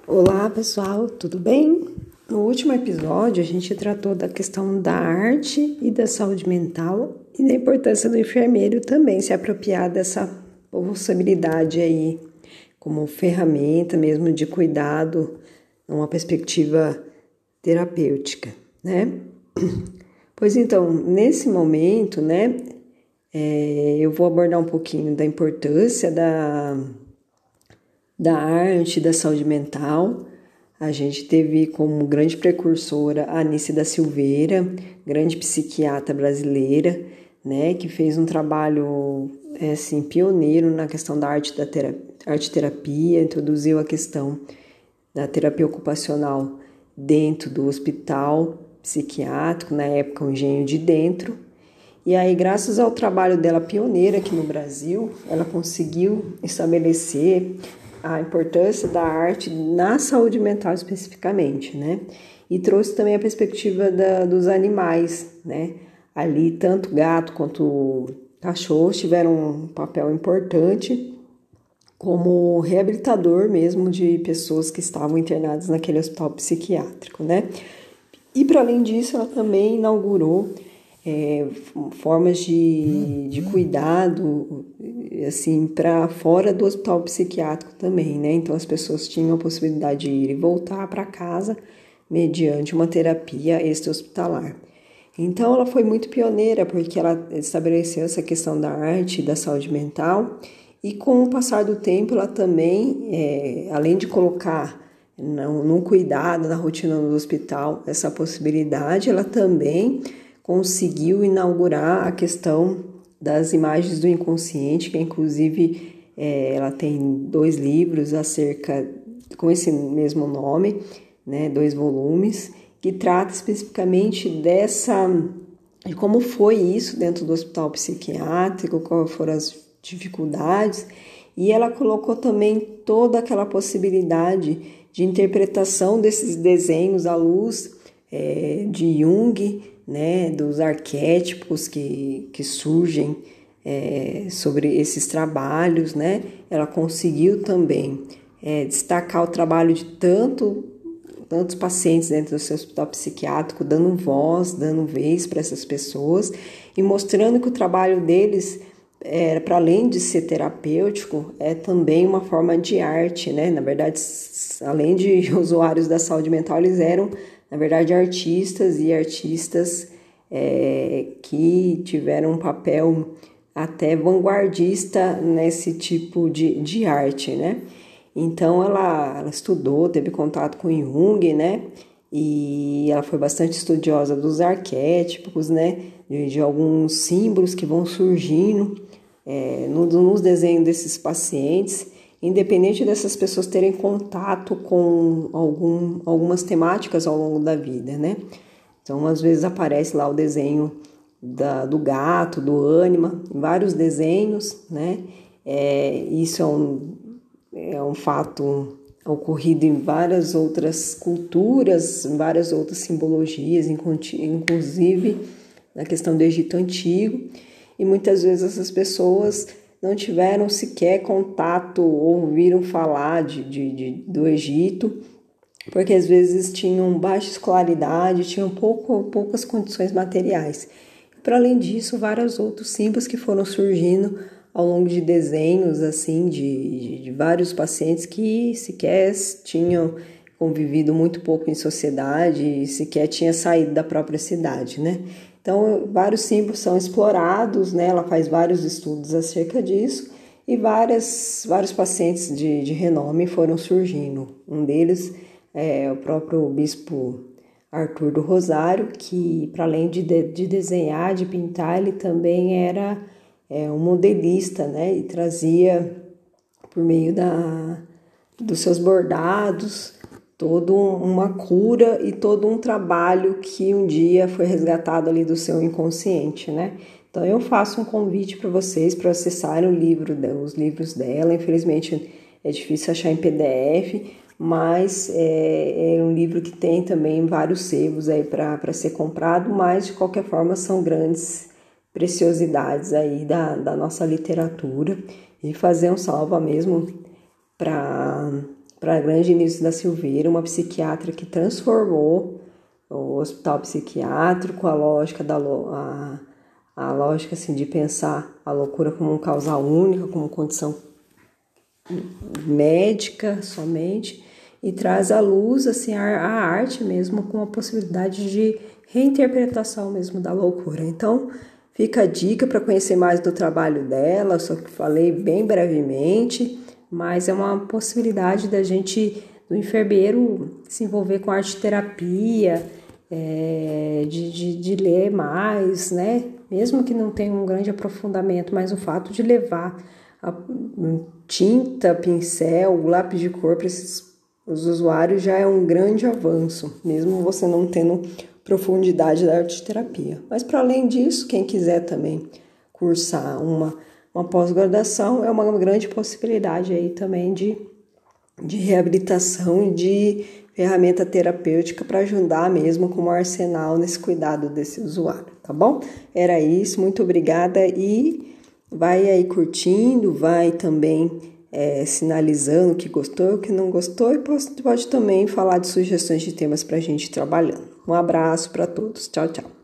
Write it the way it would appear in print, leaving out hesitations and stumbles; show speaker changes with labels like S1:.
S1: Olá pessoal, tudo bem? No último episódio a gente tratou da questão da arte e da saúde mental e da importância do enfermeiro também se apropriar dessa possibilidade aí como ferramenta mesmo de cuidado numa perspectiva terapêutica, né? Pois então, nesse momento, né, eu vou abordar um pouquinho da importância da arte, da saúde mental. A gente teve como grande precursora a Anice da Silveira, grande psiquiatra brasileira, né, que fez um trabalho assim, pioneiro na questão da arte-terapia, introduziu a questão da terapia ocupacional dentro do hospital psiquiátrico, na época o Engenho de Dentro. E aí, graças ao trabalho dela pioneira aqui no Brasil, ela conseguiu estabelecer a importância da arte na saúde mental especificamente, né? E trouxe também a perspectiva dos animais, né? Ali, tanto gato quanto cachorro tiveram um papel importante como reabilitador mesmo de pessoas que estavam internadas naquele hospital psiquiátrico, né? E, para além disso, ela também inaugurou formas de cuidado, assim, para fora do hospital psiquiátrico também, né? Então, as pessoas tinham a possibilidade de ir e voltar para casa mediante uma terapia extra-hospitalar. Então, ela foi muito pioneira, porque ela estabeleceu essa questão da arte e da saúde mental, e com o passar do tempo, ela também, além de colocar no cuidado, na rotina do hospital, essa possibilidade, ela também conseguiu inaugurar a questão das imagens do inconsciente, que inclusive ela tem 2 livros acerca com esse mesmo nome, né, 2 volumes, que trata especificamente de como foi isso dentro do hospital psiquiátrico, quais foram as dificuldades, e ela colocou também toda aquela possibilidade de interpretação desses desenhos à luz de Jung, né, dos arquétipos que surgem sobre esses trabalhos, né? Ela conseguiu também destacar o trabalho de tantos pacientes dentro do seu hospital psiquiátrico, dando voz, dando vez para essas pessoas e mostrando que o trabalho deles, para além de ser terapêutico, é também uma forma de arte, né? Na verdade, além de usuários da saúde mental, eles eram, na verdade, artistas que tiveram um papel até vanguardista nesse tipo de arte, né? Então, ela estudou, teve contato com Jung, né? E ela foi bastante estudiosa dos arquétipos, né? De alguns símbolos que vão surgindo nos desenhos desses pacientes, independente dessas pessoas terem contato com algumas temáticas ao longo da vida, né? Então, às vezes aparece lá o desenho do gato, do ânima, vários desenhos, né? Isso é um fato ocorrido em várias outras culturas, em várias outras simbologias, inclusive na questão do Egito Antigo. E muitas vezes essas pessoas não tiveram sequer contato ou ouviram falar do Egito, porque às vezes tinham baixa escolaridade, tinham poucas condições materiais. Para além disso, vários outros símbolos que foram surgindo ao longo de desenhos, assim, de vários pacientes que sequer tinham convivido muito pouco em sociedade e sequer tinha saído da própria cidade, né? Então, vários símbolos são explorados, né? Ela faz vários estudos acerca disso e vários pacientes de renome foram surgindo. Um deles o próprio bispo Arthur do Rosário, que para além de desenhar, de pintar, ele também era um modelista, né? E trazia por meio dos seus bordados toda uma cura e todo um trabalho que um dia foi resgatado ali do seu inconsciente, né? Então eu faço um convite para vocês para acessarem os livros dela. Infelizmente é difícil achar em PDF, mas é um livro que tem também vários sebos aí para ser comprado, mas de qualquer forma são grandes preciosidades aí da nossa literatura, e fazer um salve mesmo para para a grande Anísia da Silveira, uma psiquiatra que transformou o hospital psiquiátrico, a lógica a lógica assim, de pensar a loucura como uma causa única, como condição médica somente, e traz à luz assim, a arte mesmo com a possibilidade de reinterpretação mesmo da loucura. Então, fica a dica para conhecer mais do trabalho dela, só que falei bem brevemente, mas é uma possibilidade da gente, do enfermeiro, se envolver com arte terapia, de ler mais, né? Mesmo que não tenha um grande aprofundamento, mas o fato de levar a tinta, pincel, lápis de cor para os usuários já é um grande avanço, mesmo você não tendo profundidade da arte terapia. Mas para além disso, quem quiser também cursar uma pós-graduação é uma grande possibilidade aí também de reabilitação e de ferramenta terapêutica para ajudar mesmo como arsenal nesse cuidado desse usuário, tá bom? Era isso, muito obrigada e vai aí curtindo, vai também sinalizando o que gostou, o que não gostou e pode também falar de sugestões de temas para a gente ir trabalhando. Um abraço para todos, tchau, tchau.